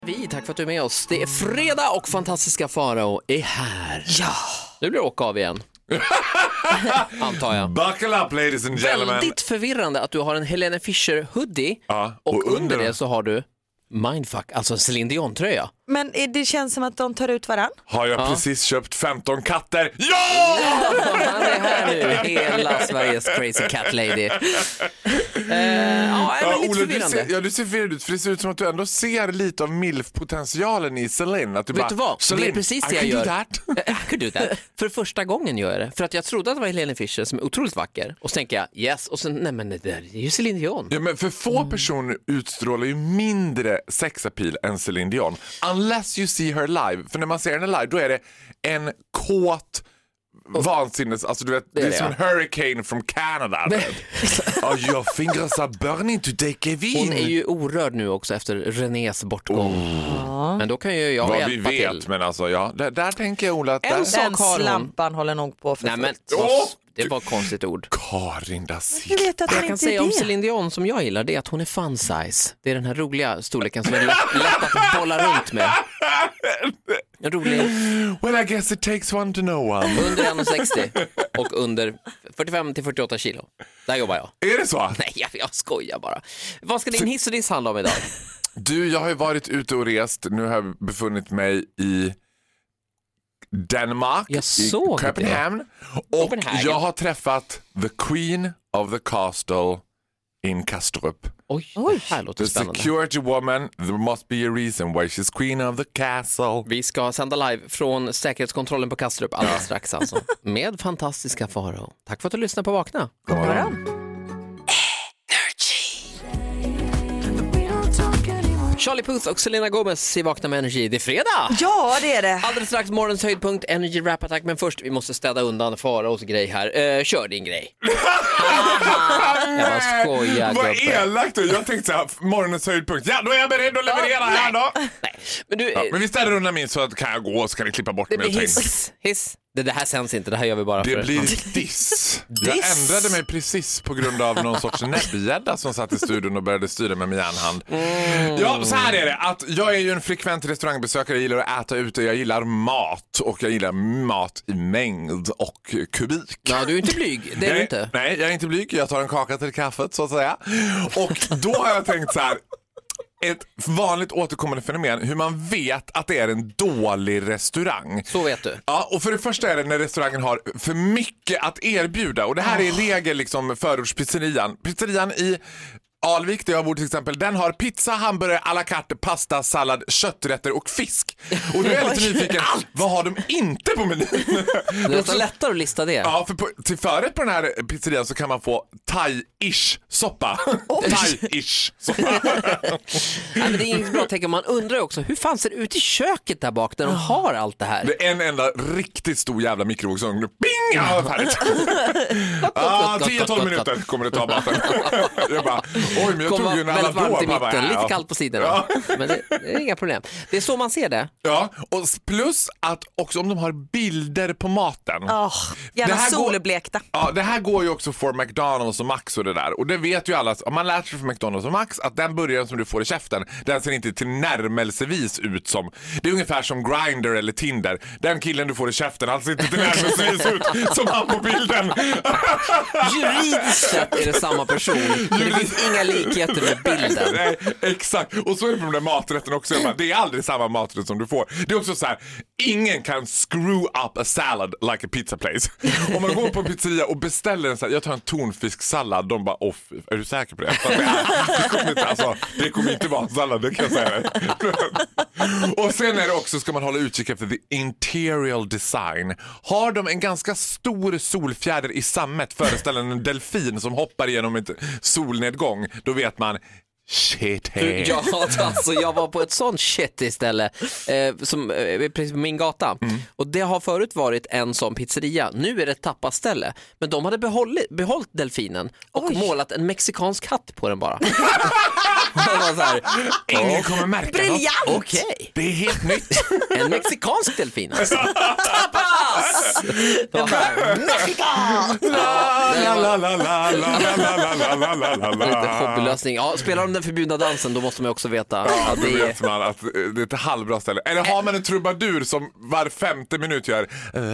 Tack för att du är med oss. Det är fredag och fantastiska Farao är här. Ja. Nu blir det åka av igen. Antar jag. Buckle up, ladies and gentlemen. Väldigt förvirrande att du har en Helene Fischer hoodie och under det så har du Mindfuck, alltså en Céline Dion-tröja. Men det känns som att de tar ut varann. Har jag precis köpt 15 katter? Ja! Han är här nu, hela Sveriges crazy cat lady. Lite förvirrande. Du ser förvirrad ut, för det ser ut som att du ändå ser lite av milf-potentialen i Celine. Att du Vet du vad? Celine, det är precis det jag gör. I can do that. För första gången gör jag det. För att jag trodde att det var Helene Fischer som är otroligt vacker. Och så tänker jag, yes. Och sen, nej men det där är ju Céline Dion. Ja, men för få personer utstrålar ju mindre sexappeal än Céline Dion. Unless you see her live. För när man ser henne live, då är det en kåt vansinnes, alltså du vet, det är som en hurricane from Canada. Oh, your fingers are burning today, Kevin. Hon är ju orörd nu också efter Renés bortgång. Men då kan ju jag vad hjälpa vi vet, till. men alltså, ja, där tänker jag, Ola, att Den slampan håller nog på för nej, men, det var ett konstigt ord. Karin Dazik. Du vet att det jag kan säga om Céline Dion som jag gillar, det är att hon är fun size. Det är den här roliga storleken som är lätt att bolla runt med. En rolig. Well, I guess it takes one to know one. Under 1,60 och under 45-48 kilo. Där jobbar jag. Är det så? Nej, jag skojar bara. Vad ska din hiss och diss handla om idag? Du, jag har ju varit ute och rest. Nu har jag befunnit mig i Danmark, i Copenhagen. Och jag har träffat the Queen of the Castle in Kastrup. Oj, här låter the spännande. security woman, there must be a reason why she's queen of the castle. Vi ska sända live från säkerhetskontrollen på Kastrup alldeles strax alltså. Med fantastiska Farao. Tack för att du lyssnar på Vakna. God morgon. Charlie Puth och Selena Gomez i Vakna med Energy. Det är fredag! Ja, det är det. Alldeles strax morgonens höjdpunkt, Energy Rap Attack. Men först, vi måste städa undan Faraos grej här. Kör din grej. Jag bara skojar. Vad elakt du. Jag tänkte så här, morgonens höjdpunkt. Ja, då är jag beredd att leverera här då. Nej. Men, du, men vi ställer undan min så att kan jag gå, så kan ni klippa bort mig och ta in. Hiss. Det här sänds inte, det här gör vi bara för... Det blir diss. Jag ändrade mig precis på grund av någon sorts näbbgädda som satt i studion och började styra med min järnhand. Ja, så här är det. Att jag är ju en frekvent restaurangbesökare. Jag gillar att äta ute, jag gillar mat. Och jag gillar mat i mängd och kubik. Ja, du är inte blyg, det är du inte. Nej, jag är inte blyg. Jag tar en kaka till kaffet, så att säga. Och då har jag tänkt så här... Ett vanligt återkommande fenomen, hur man vet att det är en dålig restaurang. Så vet du. Ja, och för det första är det när restaurangen har för mycket att erbjuda. Och det här är i regel liksom förortspizzerian. Pizzerian i Alvik, där jag bor till exempel, den har pizza, hamburgare, à la carte, pasta, sallad, kötträtter och fisk. Och då är jag lite nyfiken, vad har de inte på menyn? Det är nästan lättare att lista det. Ja, för till förrätt på den här pizzerian så kan man få thai-ish soppa. Thai-ish soppa. Nej, men det är inget bra tecken. Man undrar också, hur fan ser det ut i köket där bak där de har allt det här? Det är en enda riktigt stor jävla mikrovågsugn. Bing! Ja, färdigt. 10-12 minuter kommer det ta maten. Jag bara... Oj, men jag tog ju en alla varmt i mitten, lite kallt på sidorna. Ja. Men det är inga problem. Det är så man ser det. Ja, och plus att också om de har bilder på maten. Gärna solblekta. Ja, det här går ju också för McDonald's och Max och det där. Och det vet ju alla, om man lär sig för McDonald's och Max, att den burgaren som du får i käften, den ser inte till närmelsevis ut som, det är ungefär som Grindr eller Tinder. Den killen du får i käften, han ser inte till närmelsevis ut som han på bilden. Juridiskt sett är det samma person. Men det finns inga likheter med bilden. Nej, exakt. Och så är det på de där maträtten också. Det är aldrig samma maträtt som du får. Det är också så här, ingen kan screw up a salad like a pizza place. Om man går på en pizzeria och beställer en så här, jag tar en tonfisksallad, de bara, är du säker på det? Det kommer inte vara en sallad, det kan jag säga. Och sen är det också, ska man hålla utkik efter the interior design. Har de en ganska stor solfjäder i sammet föreställande en delfin som hoppar igenom ett solnedgång, då vet man, shit. Ja, alltså jag var på ett sånt shit istället som precis på min gata. Och det har förut varit en sån pizzeria. Nu är det ett tappaställe. Men de hade behållit delfinen och målat en mexikansk hatt på den bara. Så här, Ingen kommer märka Briljant! något. okej. Det är helt nytt. En mexikansk delfin alltså. Tapas! Mexiko! Lite hobbylösning. Ja, spelar de den förbjudna dansen då måste man också veta att Det det är... vet man att det är ett halvbra ställe. Eller har man en trubadur som var 50 minut gör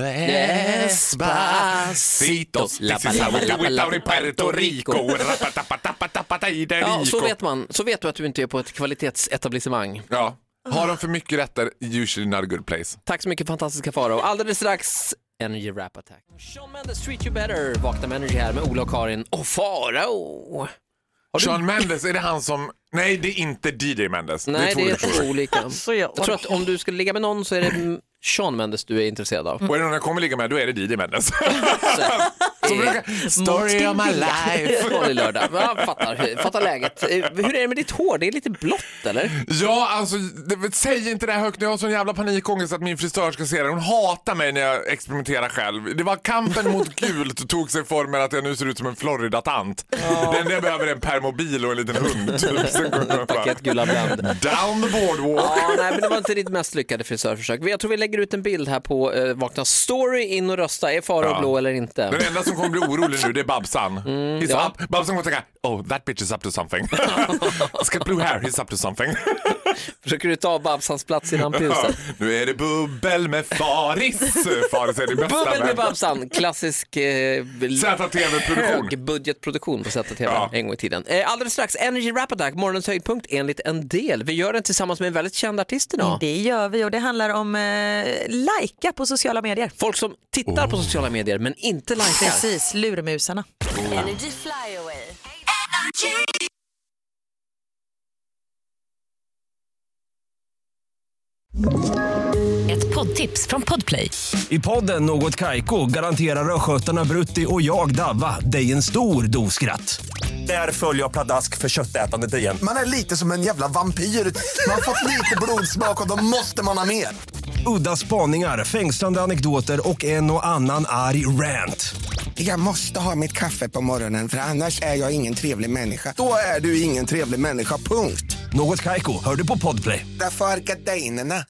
Despacito. This is how we do it down in Puerto Rico. Ja, så vet du att du inte är på ett kvalitetsetablissemang. Ja. Har de för mycket rätter, usually not a good place. Tack så mycket fantastiska Faro. Alldeles strax Energy Rap Attack. Shawn Mendes, Treat You Better. Vakna med Energy här med Ola och Karin och Faro. Shawn Mendes, är det han som... Nej, det är inte DJ Mendes. Nej, det är två olika. Så jag tror att om du skulle ligga med någon så är det Shawn Mendes du är intresserad av. Och är det någon jag kommer ligga med, då är det DJ Mendes. Story of my life. Dålig lördag. Jag fattar läget. Hur är det med ditt hår? Det är lite blått, eller? Ja, alltså, säg inte det här högt. Jag har sån jävla panikångest att min frisör ska se det. Hon hatar mig när jag experimenterar själv. Det var kampen mot gult och tog sig formen att jag nu ser ut som en Florida-tant. Det enda jag behöver är en permobil och en liten hund. Paket gula brand. Down the boardwalk. Ja, nej, men det var inte ditt mest lyckade frisörförsök. Jag tror vi lägger ut en bild här på Vakna Story. In och rösta. Är Faro blå eller inte? Den enda som kommer bli orolig nu, det är Babsan. Ja. Babsan kommer tänka, oh, that bitch is up to something. He's got blue hair, he's up to something. Försöker du ta Babsans plats i rampljuset? Nu är det bubbel med Faris. Faris är det bästa. Bubbel med Babsan, klassisk ZTV-produktion. högbudgetproduktion på ZTV en gång i tiden. Alldeles strax, Energy Rap Attack, morgonens höjdpunkt enligt en del. Vi gör den tillsammans med en väldigt känd artist idag. Det gör vi och det handlar om lajka på sociala medier. Folk som tittar på sociala medier men inte likar. Precis, lurmusarna. Energy Flyaway. Ett poddtips från Podplay. I podden Något Kaiko garanterar röskötarna Brutti och jag Davva dig en stor dos skratt. Där följer jag pladask för köttätandet igen. Man är lite som en jävla vampyr. Man har fått lite blodsmak och då måste man ha mer. Udda spaningar, fängslande anekdoter och en och annan arg rant. Jag måste ha mitt kaffe på morgonen för annars är jag ingen trevlig människa. Då är du ingen trevlig människa, punkt. Något Kaiko, hör du på Podplay. Därför är gardinerna.